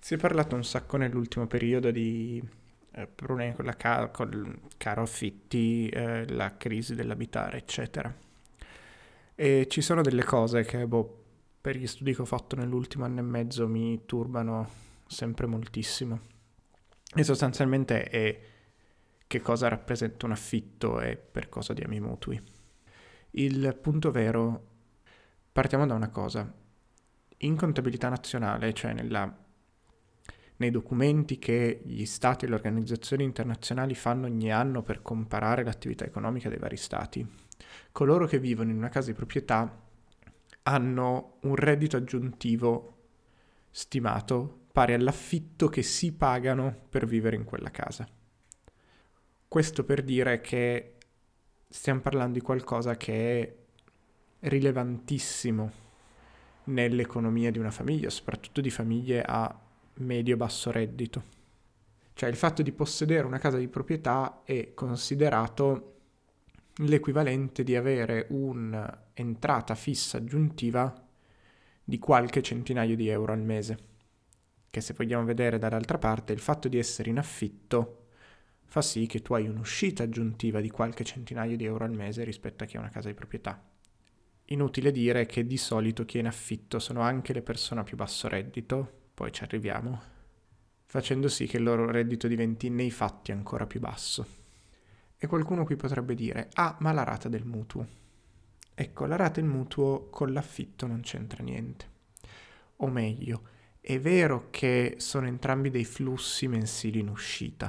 Si è parlato un sacco nell'ultimo periodo di problemi con col caro affitti, la crisi dell'abitare, eccetera. E ci sono delle cose che, per gli studi che ho fatto nell'ultimo anno e mezzo mi turbano sempre moltissimo. E sostanzialmente è che cosa rappresenta un affitto e per cosa diamo i mutui. Il punto vero, partiamo da una cosa. In contabilità nazionale, cioè nei documenti che gli stati e le organizzazioni internazionali fanno ogni anno per comparare l'attività economica dei vari stati, coloro che vivono in una casa di proprietà hanno un reddito aggiuntivo stimato pari all'affitto che si pagano per vivere in quella casa. Questo per dire che stiamo parlando di qualcosa che è rilevantissimo nell'economia di una famiglia, soprattutto di famiglie a medio-basso reddito. Cioè il fatto di possedere una casa di proprietà è considerato l'equivalente di avere un'entrata fissa aggiuntiva di qualche centinaio di euro al mese. Che se vogliamo vedere dall'altra parte, il fatto di essere in affitto fa sì che tu hai un'uscita aggiuntiva di qualche centinaio di euro al mese rispetto a chi ha una casa di proprietà. Inutile dire che di solito chi è in affitto sono anche le persone a più basso reddito, poi ci arriviamo, facendo sì che il loro reddito diventi nei fatti ancora più basso. E qualcuno qui potrebbe dire, ma la rata del mutuo. Ecco, la rata del mutuo con l'affitto non c'entra niente. O meglio, è vero che sono entrambi dei flussi mensili in uscita,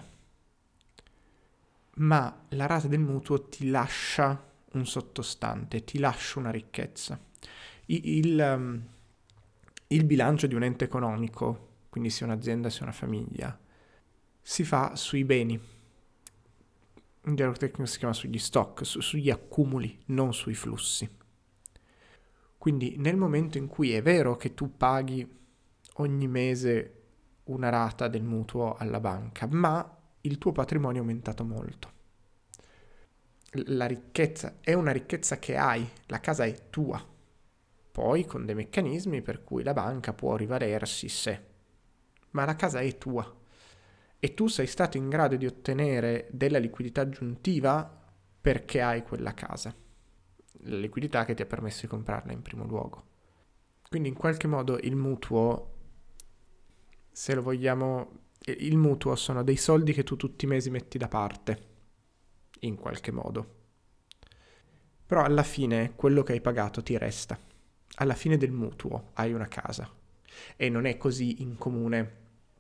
ma la rata del mutuo ti lascia un sottostante, ti lascia una ricchezza. Il bilancio di un ente economico, quindi sia un'azienda sia una famiglia, si fa sui beni. In gergo tecnico si chiama sugli stock, sugli accumuli, non sui flussi. Quindi nel momento in cui è vero che tu paghi ogni mese una rata del mutuo alla banca, ma il tuo patrimonio è aumentato molto. La ricchezza è una ricchezza che hai, la casa è tua. Poi con dei meccanismi per cui la banca può rivalersi se, ma la casa è tua. E tu sei stato in grado di ottenere della liquidità aggiuntiva perché hai quella casa. La liquidità che ti ha permesso di comprarla in primo luogo. Quindi in qualche modo il mutuo, se lo vogliamo, il mutuo sono dei soldi che tu tutti i mesi metti da parte, in qualche modo. Però alla fine quello che hai pagato ti resta. Alla fine del mutuo hai una casa. E non è così incomune.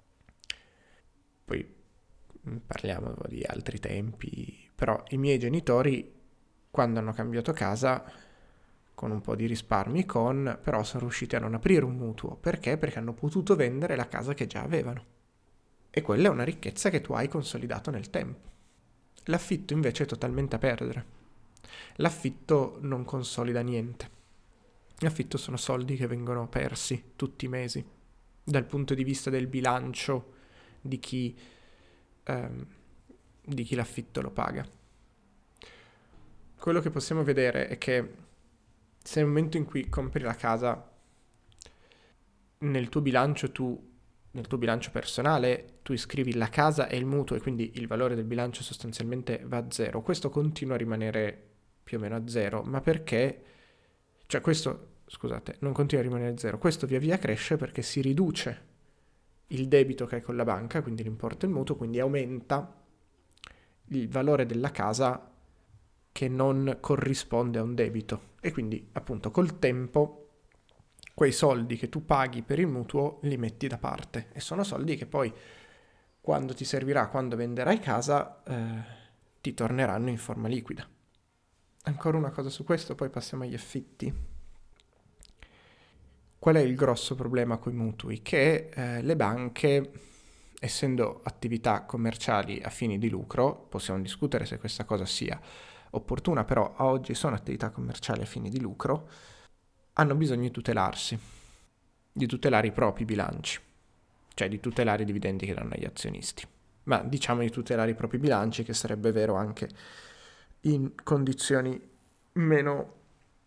Poi parliamo di altri tempi, però i miei genitori, quando hanno cambiato casa, con un po' di risparmi, però sono riusciti a non aprire un mutuo. Perché? Perché hanno potuto vendere la casa che già avevano. E quella è una ricchezza che tu hai consolidato nel tempo. L'affitto invece è totalmente a perdere. L'affitto non consolida niente. L'affitto sono soldi che vengono persi tutti i mesi, dal punto di vista del bilancio di chi l'affitto lo paga. Quello che possiamo vedere è che se nel momento in cui compri la casa, nel tuo bilancio personale, tu iscrivi la casa e il mutuo e quindi il valore del bilancio sostanzialmente va a zero. Questo continua a rimanere più o meno a zero, ma perché? Cioè non continua a rimanere a zero, questo via via cresce perché si riduce il debito che hai con la banca, quindi l'importo del mutuo, quindi aumenta il valore della casa che non corrisponde a un debito. E quindi, appunto, col tempo quei soldi che tu paghi per il mutuo li metti da parte. E sono soldi che poi, quando ti servirà, quando venderai casa, ti torneranno in forma liquida. Ancora una cosa su questo, poi passiamo agli affitti. Qual è il grosso problema con i mutui? Che le banche, essendo attività commerciali a fini di lucro, possiamo discutere se questa cosa sia opportuna, però a oggi sono attività commerciali a fini di lucro, hanno bisogno di tutelarsi, di tutelare i propri bilanci, cioè di tutelare i dividendi che danno agli azionisti. Ma diciamo di tutelare i propri bilanci, che sarebbe vero anche in condizioni meno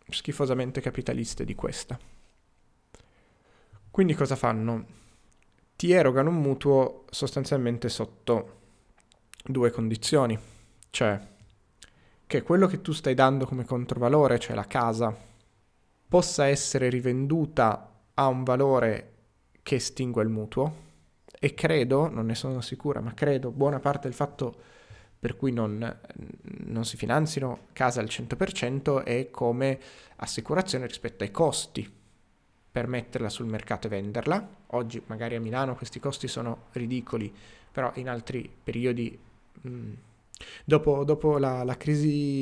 schifosamente capitaliste di questa. Quindi cosa fanno? ti erogano un mutuo sostanzialmente sotto due condizioni, cioè che quello che tu stai dando come controvalore, cioè la casa, possa essere rivenduta a un valore che estingue il mutuo, e credo, non ne sono sicura, ma credo buona parte del fatto per cui non si finanzino case al 100% è come assicurazione rispetto ai costi per metterla sul mercato e venderla. Oggi magari a Milano questi costi sono ridicoli, però in altri periodi, dopo la crisi,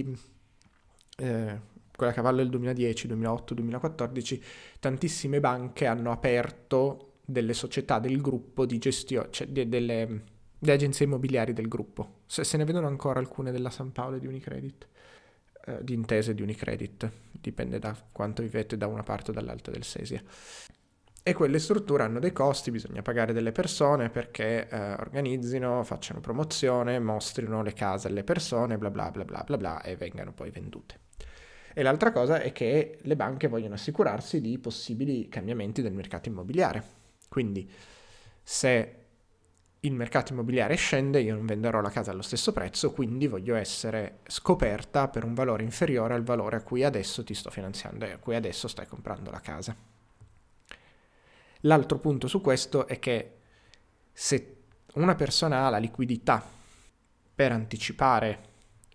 quella a cavallo del 2010, 2008, 2014, tantissime banche hanno aperto delle società del gruppo di gestione, cioè delle agenzie immobiliari del gruppo. Se ne vedono ancora alcune della San Paolo e di Unicredit, di Intese di Unicredit, dipende da quanto vivete da una parte o dall'altra del Sesia. E quelle strutture hanno dei costi, bisogna pagare delle persone perché organizzino, facciano promozione, mostrino le case alle persone, bla bla bla bla bla bla, e vengano poi vendute. E l'altra cosa è che le banche vogliono assicurarsi di possibili cambiamenti del mercato immobiliare. Quindi se il mercato immobiliare scende, io non venderò la casa allo stesso prezzo, quindi voglio essere scoperta per un valore inferiore al valore a cui adesso ti sto finanziando e a cui adesso stai comprando la casa. L'altro punto su questo è che se una persona ha la liquidità per anticipare,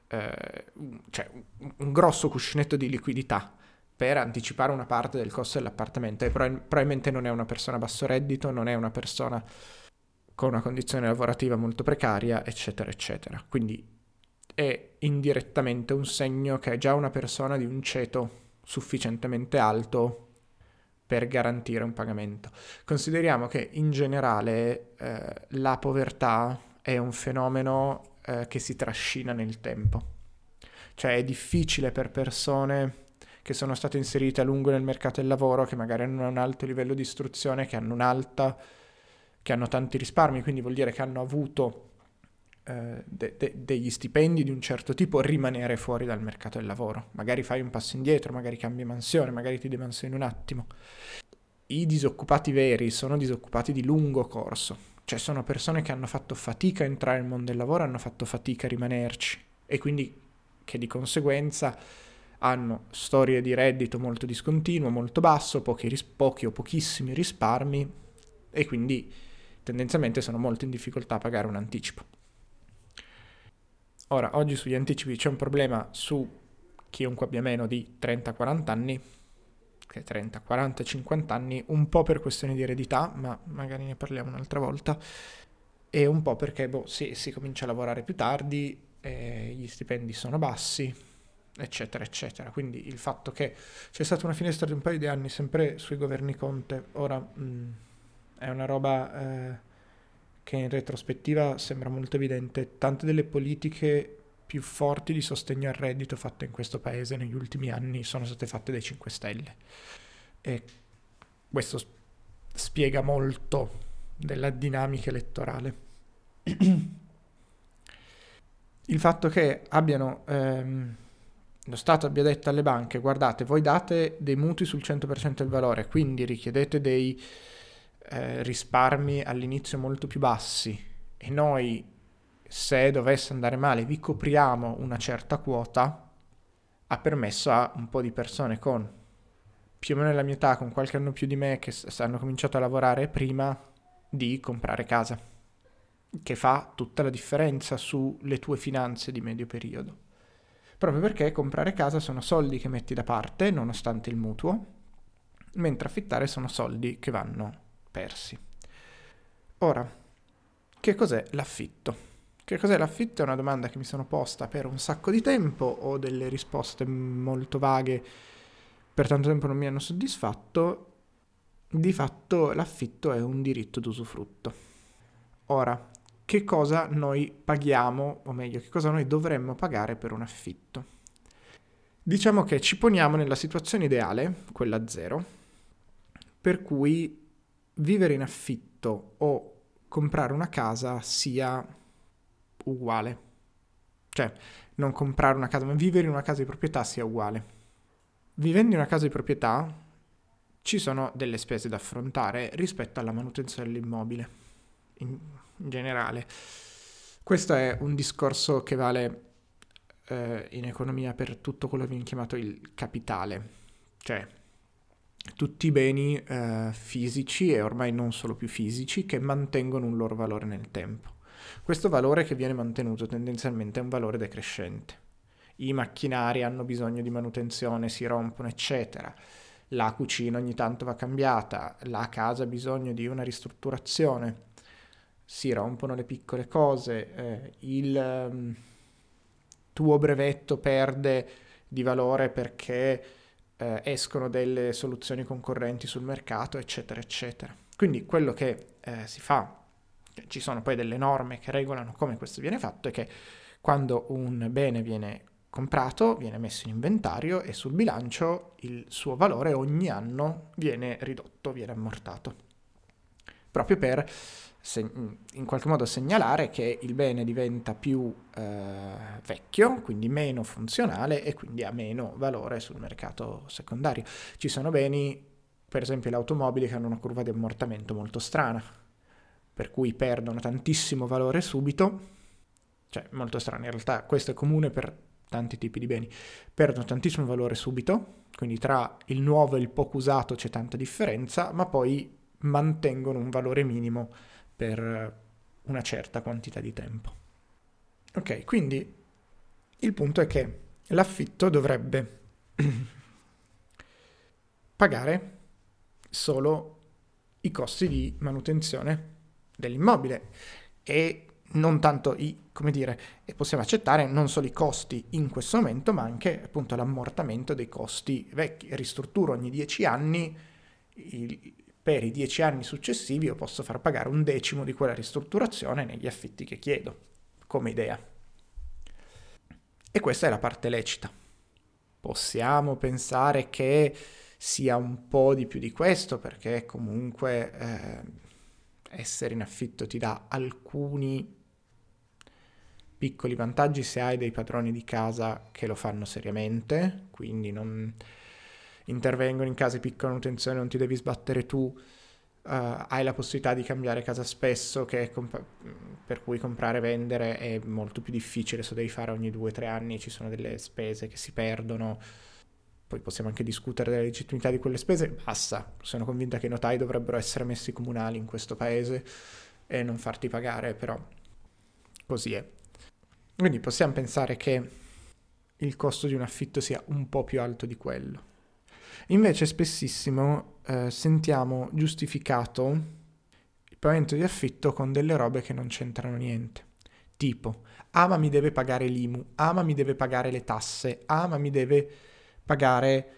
cioè un grosso cuscinetto di liquidità per anticipare una parte del costo dell'appartamento, e probabilmente non è una persona a basso reddito, non è una persona con una condizione lavorativa molto precaria, eccetera, eccetera. Quindi è indirettamente un segno che è già una persona di un ceto sufficientemente alto per garantire un pagamento. Consideriamo che in generale la povertà è un fenomeno che si trascina nel tempo. Cioè è difficile per persone che sono state inserite a lungo nel mercato del lavoro, che magari hanno un alto livello di istruzione, che hanno tanti risparmi, quindi vuol dire che hanno avuto degli stipendi di un certo tipo, rimanere fuori dal mercato del lavoro. Magari fai un passo indietro, magari cambi mansione, magari ti demansioni un attimo. I disoccupati veri sono disoccupati di lungo corso, cioè sono persone che hanno fatto fatica a entrare nel mondo del lavoro, hanno fatto fatica a rimanerci, e quindi che di conseguenza hanno storie di reddito molto discontinuo, molto basso, pochi o pochissimi risparmi, e quindi tendenzialmente sono molto in difficoltà a pagare un anticipo. Ora, oggi sugli anticipi c'è un problema su chiunque abbia meno di 30-40 anni, che 30, 40, 50 anni, un po' per questioni di eredità, ma magari ne parliamo un'altra volta, e un po' perché si comincia a lavorare più tardi, gli stipendi sono bassi, eccetera, eccetera. Quindi il fatto che c'è stata una finestra di un paio di anni, sempre sui governi Conte, ora è una roba che in retrospettiva sembra molto evidente. Tante delle politiche più forti di sostegno al reddito fatte in questo paese negli ultimi anni sono state fatte dai 5 Stelle, e questo spiega molto della dinamica elettorale. Il fatto che lo Stato abbia detto alle banche: guardate, voi date dei mutui sul 100% del valore, quindi richiedete dei risparmi all'inizio molto più bassi, e noi, se dovesse andare male, vi copriamo una certa quota, ha permesso a un po' di persone con più o meno la mia età, con qualche anno più di me, che hanno cominciato a lavorare prima, di comprare casa, che fa tutta la differenza sulle tue finanze di medio periodo. Proprio perché comprare casa sono soldi che metti da parte, nonostante il mutuo, mentre affittare sono soldi che vanno persi. Ora, che cos'è l'affitto? Che cos'è l'affitto è una domanda che mi sono posta per un sacco di tempo, ho delle risposte molto vaghe, per tanto tempo non mi hanno soddisfatto. Di fatto l'affitto è un diritto d'usufrutto. Ora, che cosa noi paghiamo, o meglio, che cosa noi dovremmo pagare per un affitto? Diciamo che ci poniamo nella situazione ideale, quella zero, per cui vivere in affitto o comprare una casa sia uguale. Cioè, non comprare una casa, ma vivere in una casa di proprietà sia uguale. Vivendo in una casa di proprietà, ci sono delle spese da affrontare rispetto alla manutenzione dell'immobile in generale. Questo è un discorso che vale in economia per tutto quello che viene chiamato il capitale, cioè tutti i beni fisici e ormai non solo più fisici che mantengono un loro valore nel tempo. Questo valore che viene mantenuto tendenzialmente è un valore decrescente. I macchinari hanno bisogno di manutenzione, si rompono, eccetera. La cucina ogni tanto va cambiata, la casa ha bisogno di una ristrutturazione, si rompono le piccole cose, il tuo brevetto perde di valore perché escono delle soluzioni concorrenti sul mercato, eccetera, eccetera. Quindi quello che si fa, ci sono poi delle norme che regolano come questo viene fatto, è che quando un bene viene comprato, viene messo in inventario e sul bilancio il suo valore ogni anno viene ridotto, viene ammortato, proprio per in qualche modo segnalare che il bene diventa più vecchio, quindi meno funzionale e quindi ha meno valore sul mercato secondario. Ci sono beni, per esempio le automobili, che hanno una curva di ammortamento molto strana, per cui perdono tantissimo valore subito, cioè molto strano, in realtà questo è comune per tanti tipi di beni, perdono tantissimo valore subito, quindi tra il nuovo e il poco usato c'è tanta differenza, ma poi mantengono un valore minimo per una certa quantità di tempo. Ok, quindi il punto è che l'affitto dovrebbe pagare solo i costi di manutenzione dell'immobile e non tanto e possiamo accettare non solo i costi in questo momento, ma anche appunto l'ammortamento dei costi vecchi. Ristrutturo ogni 10 anni, per i 10 anni successivi io posso far pagare 1/10 di quella ristrutturazione negli affitti che chiedo, come idea. E questa è la parte lecita. Possiamo pensare che sia un po' di più di questo, perché comunque essere in affitto ti dà alcuni piccoli vantaggi se hai dei padroni di casa che lo fanno seriamente, quindi non intervengono in case piccola manutenzione, non ti devi sbattere tu, hai la possibilità di cambiare casa spesso, per cui comprare e vendere è molto più difficile, se devi fare ogni 2-3 anni ci sono delle spese che si perdono. Poi possiamo anche discutere della legittimità di quelle spese, basta, sono convinta che i notai dovrebbero essere messi comunali in questo paese e non farti pagare, però così è. Quindi possiamo pensare che il costo di un affitto sia un po' più alto di quello. Invece spessissimo sentiamo giustificato il pagamento di affitto con delle robe che non c'entrano niente. Tipo, ma mi deve pagare l'IMU, ma mi deve pagare le tasse, ma mi deve pagare,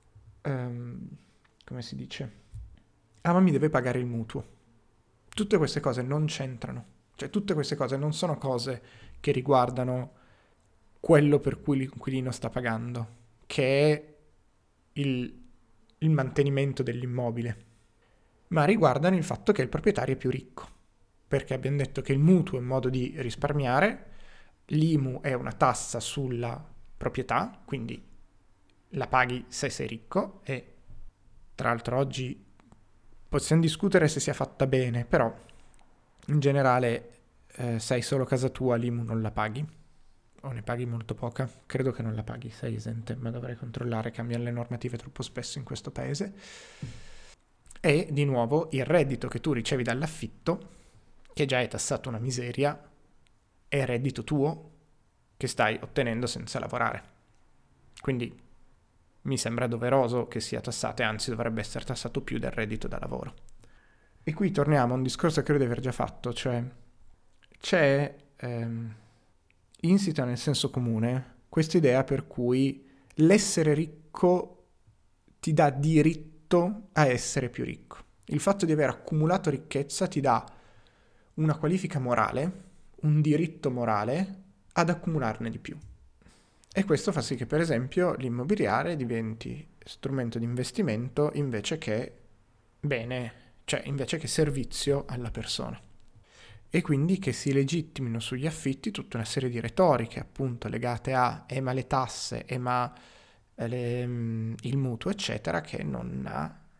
come si dice? Ma mi deve pagare il mutuo. Tutte queste cose non c'entrano. Cioè, tutte queste cose non sono cose che riguardano quello per cui l'inquilino sta pagando, che è il mantenimento dell'immobile, ma riguardano il fatto che il proprietario è più ricco, perché abbiamo detto che il mutuo è un modo di risparmiare, l'IMU è una tassa sulla proprietà, quindi la paghi se sei ricco, e tra l'altro oggi possiamo discutere se sia fatta bene, però in generale se hai solo casa tua l'IMU non la paghi, o ne paghi molto poca, credo che non la paghi, sei esente, ma dovrei controllare, cambiano le normative troppo spesso in questo paese. E di nuovo il reddito che tu ricevi dall'affitto, che già è tassato una miseria, è il reddito tuo che stai ottenendo senza lavorare. Quindi mi sembra doveroso che sia tassato, e anzi dovrebbe essere tassato più del reddito da lavoro. E qui torniamo a un discorso che credo di aver già fatto, cioè c'è insita nel senso comune questa idea per cui l'essere ricco ti dà diritto a essere più ricco. Il fatto di aver accumulato ricchezza ti dà una qualifica morale, un diritto morale ad accumularne di più. E questo fa sì che, per esempio, l'immobiliare diventi strumento di investimento invece che bene, cioè invece che servizio alla persona. E quindi che si legittimino sugli affitti tutta una serie di retoriche, appunto, legate a ma le tasse, ma il mutuo, eccetera, che non ha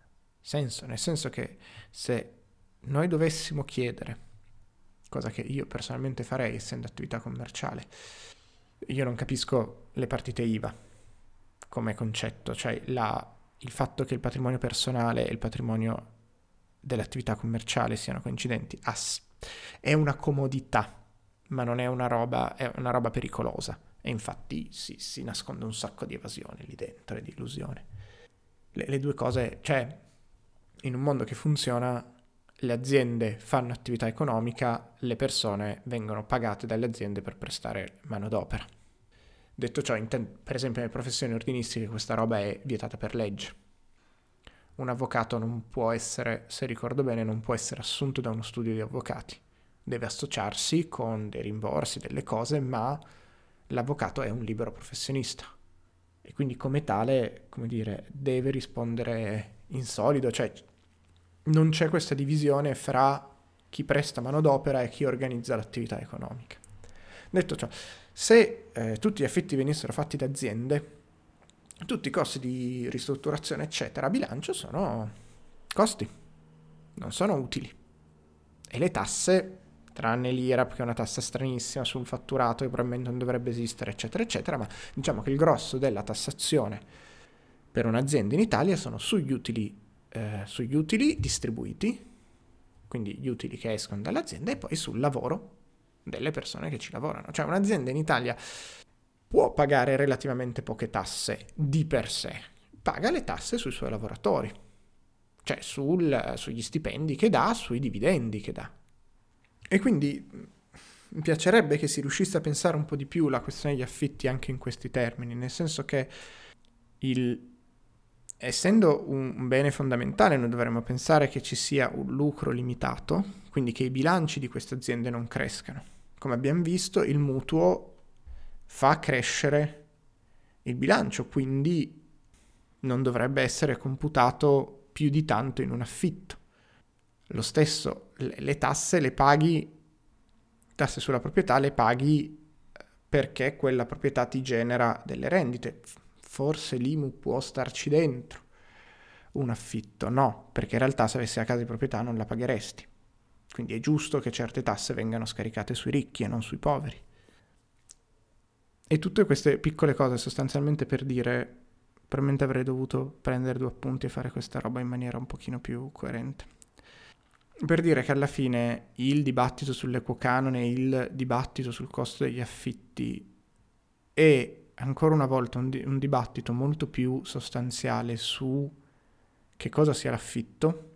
senso, nel senso che se noi dovessimo chiedere, cosa che io personalmente farei essendo attività commerciale, io non capisco le partite IVA come concetto, cioè il fatto che il patrimonio personale e il patrimonio dell'attività commerciale siano coincidenti è una comodità, ma non è una roba, è una roba pericolosa, e infatti si nasconde un sacco di evasione lì dentro e di illusione. Le due cose, cioè in un mondo che funziona, le aziende fanno attività economica, le persone vengono pagate dalle aziende per prestare manodopera. Detto ciò, per esempio nelle professioni ordinistiche questa roba è vietata per legge. Un avvocato non può essere, se ricordo bene, non può essere assunto da uno studio di avvocati. Deve associarsi con dei rimborsi, delle cose, ma l'avvocato è un libero professionista. E quindi come tale, come dire, deve rispondere in solido, cioè non c'è questa divisione fra chi presta manodopera e chi organizza l'attività economica. Detto ciò, se tutti gli affitti venissero fatti da aziende, tutti i costi di ristrutturazione eccetera a bilancio sono costi, non sono utili. E le tasse, tranne l'IRAP che è una tassa stranissima sul fatturato che probabilmente non dovrebbe esistere eccetera eccetera, ma diciamo che il grosso della tassazione per un'azienda in Italia sono sugli utili distribuiti, quindi gli utili che escono dall'azienda, e poi sul lavoro delle persone che ci lavorano. Cioè un'azienda in Italia può pagare relativamente poche tasse di per sé, paga le tasse sui suoi lavoratori, cioè sugli stipendi che dà, sui dividendi che dà. E quindi mi piacerebbe che si riuscisse a pensare un po' di più la questione degli affitti anche in questi termini, nel senso che essendo un bene fondamentale noi dovremmo pensare che ci sia un lucro limitato, quindi che i bilanci di queste aziende non crescano. Come abbiamo visto, il mutuo fa crescere il bilancio, quindi non dovrebbe essere computato più di tanto in un affitto. Lo stesso, le tasse le paghi, tasse sulla proprietà le paghi perché quella proprietà ti genera delle rendite. Forse l'IMU può starci dentro. Un affitto no, perché in realtà se avessi la casa di proprietà non la pagheresti. Quindi è giusto che certe tasse vengano scaricate sui ricchi e non sui poveri. E tutte queste piccole cose sostanzialmente per dire, probabilmente avrei dovuto prendere 2 appunti e fare questa roba in maniera un pochino più coerente. Per dire che alla fine il dibattito sull'equo canone, il dibattito sul costo degli affitti è ancora una volta un dibattito molto più sostanziale su che cosa sia l'affitto,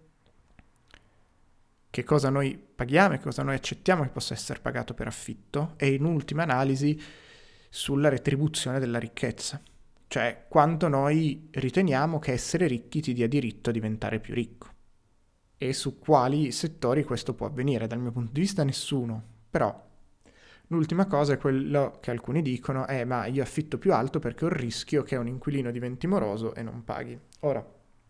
che cosa noi paghiamo e che cosa noi accettiamo che possa essere pagato per affitto, e in ultima analisi sulla retribuzione della ricchezza, cioè quanto noi riteniamo che essere ricchi ti dia diritto a diventare più ricco e su quali settori questo può avvenire. Dal mio punto di vista nessuno, però l'ultima cosa è quello che alcuni dicono ma io affitto più alto perché ho il rischio che un inquilino diventi moroso e non paghi. Ora,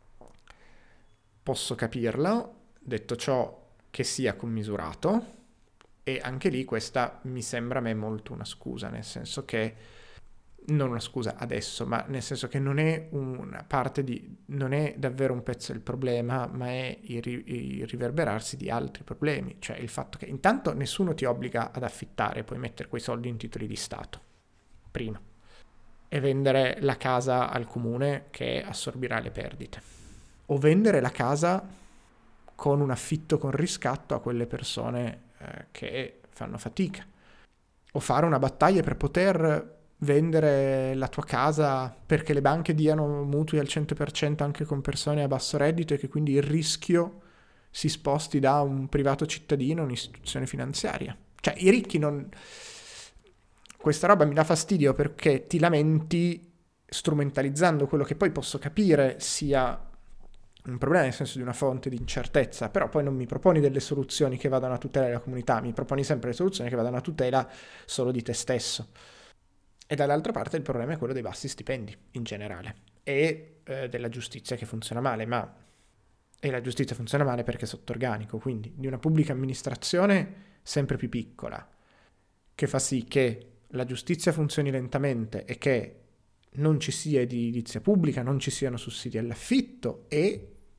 posso capirla, detto ciò che sia commisurato, e anche lì questa mi sembra a me molto una scusa, nel senso che, non una scusa adesso, ma nel senso che non è una parte non è davvero un pezzo del problema, ma è il riverberarsi di altri problemi, cioè il fatto che intanto nessuno ti obbliga ad affittare, puoi mettere quei soldi in titoli di Stato, prima, e vendere la casa al comune che assorbirà le perdite, o vendere la casa con un affitto con riscatto a quelle persone che fanno fatica, o fare una battaglia per poter vendere la tua casa perché le banche diano mutui al 100% anche con persone a basso reddito e che quindi il rischio si sposti da un privato cittadino a un'istituzione finanziaria. Cioè i ricchi non... Questa roba mi dà fastidio perché ti lamenti strumentalizzando quello che poi posso capire sia un problema nel senso di una fonte di incertezza, però poi non mi proponi delle soluzioni che vadano a tutela della comunità, mi proponi sempre le soluzioni che vadano a tutela solo di te stesso. E dall'altra parte il problema è quello dei bassi stipendi in generale e della giustizia che funziona male, e la giustizia funziona male perché è sotto organico, quindi di una pubblica amministrazione sempre più piccola, che fa sì che la giustizia funzioni lentamente e che non ci sia edilizia pubblica, non ci siano sussidi all'affitto e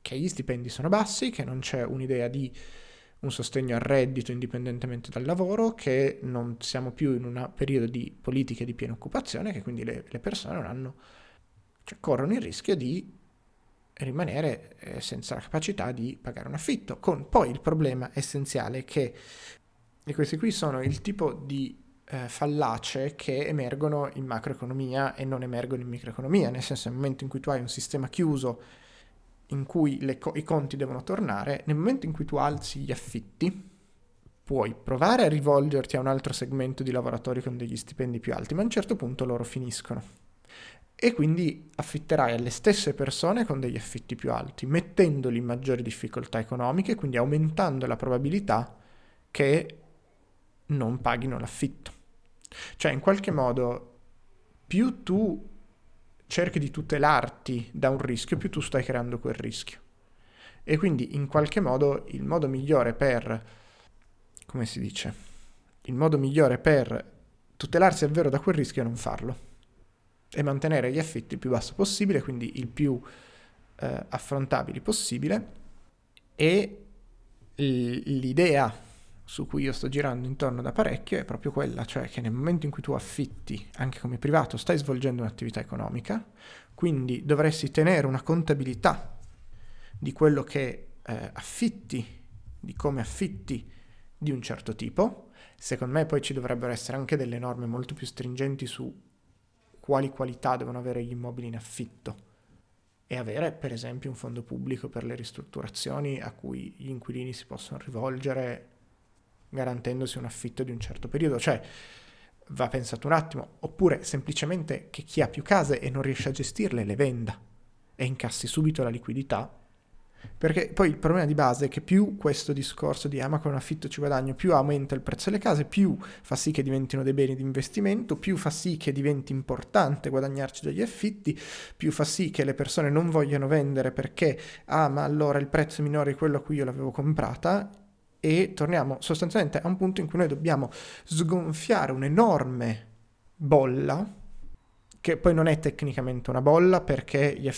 che gli stipendi sono bassi, che non c'è un'idea di un sostegno al reddito indipendentemente dal lavoro, che non siamo più in un periodo di politiche di piena occupazione, che quindi le persone non hanno, cioè, corrono il rischio di rimanere senza la capacità di pagare un affitto, con poi il problema essenziale che, e questi qui sono il tipo di fallacie che emergono in macroeconomia e non emergono in microeconomia, nel senso, nel momento in cui tu hai un sistema chiuso in cui i conti devono tornare, nel momento in cui tu alzi gli affitti puoi provare a rivolgerti a un altro segmento di lavoratori con degli stipendi più alti, ma a un certo punto loro finiscono. E quindi affitterai alle stesse persone con degli affitti più alti, mettendoli in maggiori difficoltà economiche, quindi aumentando la probabilità che non paghino l'affitto. Cioè, in qualche modo, più tu cerchi di tutelarti da un rischio, più tu stai creando quel rischio. E quindi, in qualche modo, il modo migliore per, come si dice, il modo migliore per tutelarsi davvero da quel rischio è non farlo e mantenere gli affitti il più basso possibile, quindi il più affrontabili possibile. E l'idea su cui io sto girando intorno da parecchio è proprio quella, cioè che nel momento in cui tu affitti, anche come privato, stai svolgendo un'attività economica, quindi dovresti tenere una contabilità di quello che affitti, di come affitti di un certo tipo. Secondo me poi ci dovrebbero essere anche delle norme molto più stringenti su quali qualità devono avere gli immobili in affitto e avere per esempio un fondo pubblico per le ristrutturazioni a cui gli inquilini si possono rivolgere garantendosi un affitto di un certo periodo. Cioè, va pensato un attimo, oppure semplicemente che chi ha più case e non riesce a gestirle le venda e incassi subito la liquidità. Perché poi il problema di base è che più questo discorso di ma con un affitto ci guadagno, più aumenta il prezzo delle case, più fa sì che diventino dei beni di investimento, più fa sì che diventi importante guadagnarci dagli affitti, più fa sì che le persone non vogliano vendere perché ma allora il prezzo è minore di quello a cui io l'avevo comprata, e torniamo sostanzialmente a un punto in cui noi dobbiamo sgonfiare un'enorme bolla, che poi non è tecnicamente una bolla perché gli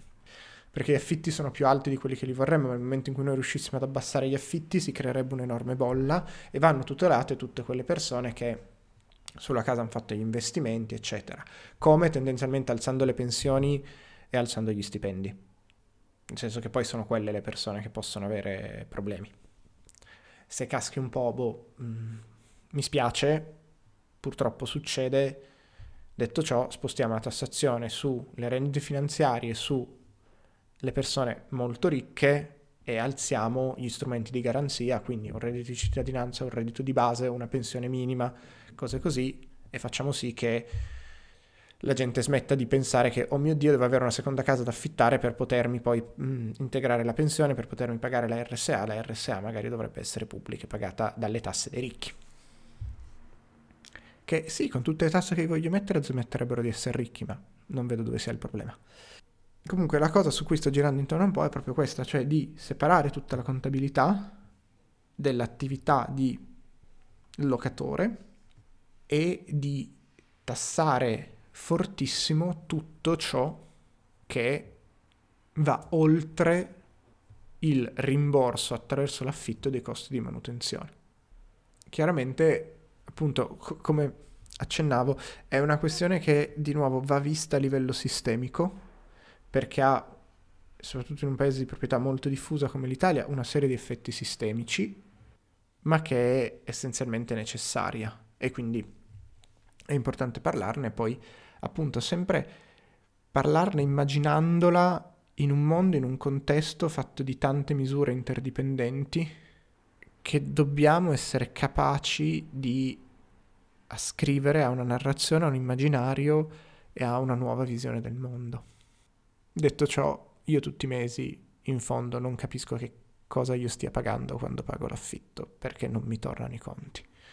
affitti sono più alti di quelli che li vorremmo, ma nel momento in cui noi riuscissimo ad abbassare gli affitti si creerebbe un'enorme bolla e vanno tutelate tutte quelle persone che sulla casa hanno fatto gli investimenti, eccetera, come tendenzialmente alzando le pensioni e alzando gli stipendi, nel senso che poi sono quelle le persone che possono avere problemi. Se caschi un po', mi spiace, purtroppo succede. Detto ciò, spostiamo la tassazione sulle rendite finanziarie, su le persone molto ricche e alziamo gli strumenti di garanzia, quindi un reddito di cittadinanza, un reddito di base, una pensione minima, cose così, e facciamo sì che la gente smetta di pensare che oh mio Dio, devo avere una seconda casa da affittare per potermi poi integrare la pensione, per potermi pagare la RSA magari dovrebbe essere pubblica, pagata dalle tasse dei ricchi. Che sì, con tutte le tasse che voglio mettere smetterebbero di essere ricchi, ma non vedo dove sia il problema. Comunque la cosa su cui sto girando intorno un po' è proprio questa, cioè di separare tutta la contabilità dell'attività di locatore e di tassare fortissimo tutto ciò che va oltre il rimborso attraverso l'affitto dei costi di manutenzione. Chiaramente, appunto, come accennavo, è una questione che di nuovo va vista a livello sistemico, perché ha, soprattutto in un paese di proprietà molto diffusa come l'Italia, una serie di effetti sistemici, ma che è essenzialmente necessaria. E quindi è importante parlarne, poi appunto sempre parlarne immaginandola in un mondo, in un contesto fatto di tante misure interdipendenti che dobbiamo essere capaci di ascrivere a una narrazione, a un immaginario e a una nuova visione del mondo. Detto ciò, io tutti i mesi in fondo non capisco che cosa io stia pagando quando pago l'affitto, perché non mi tornano i conti.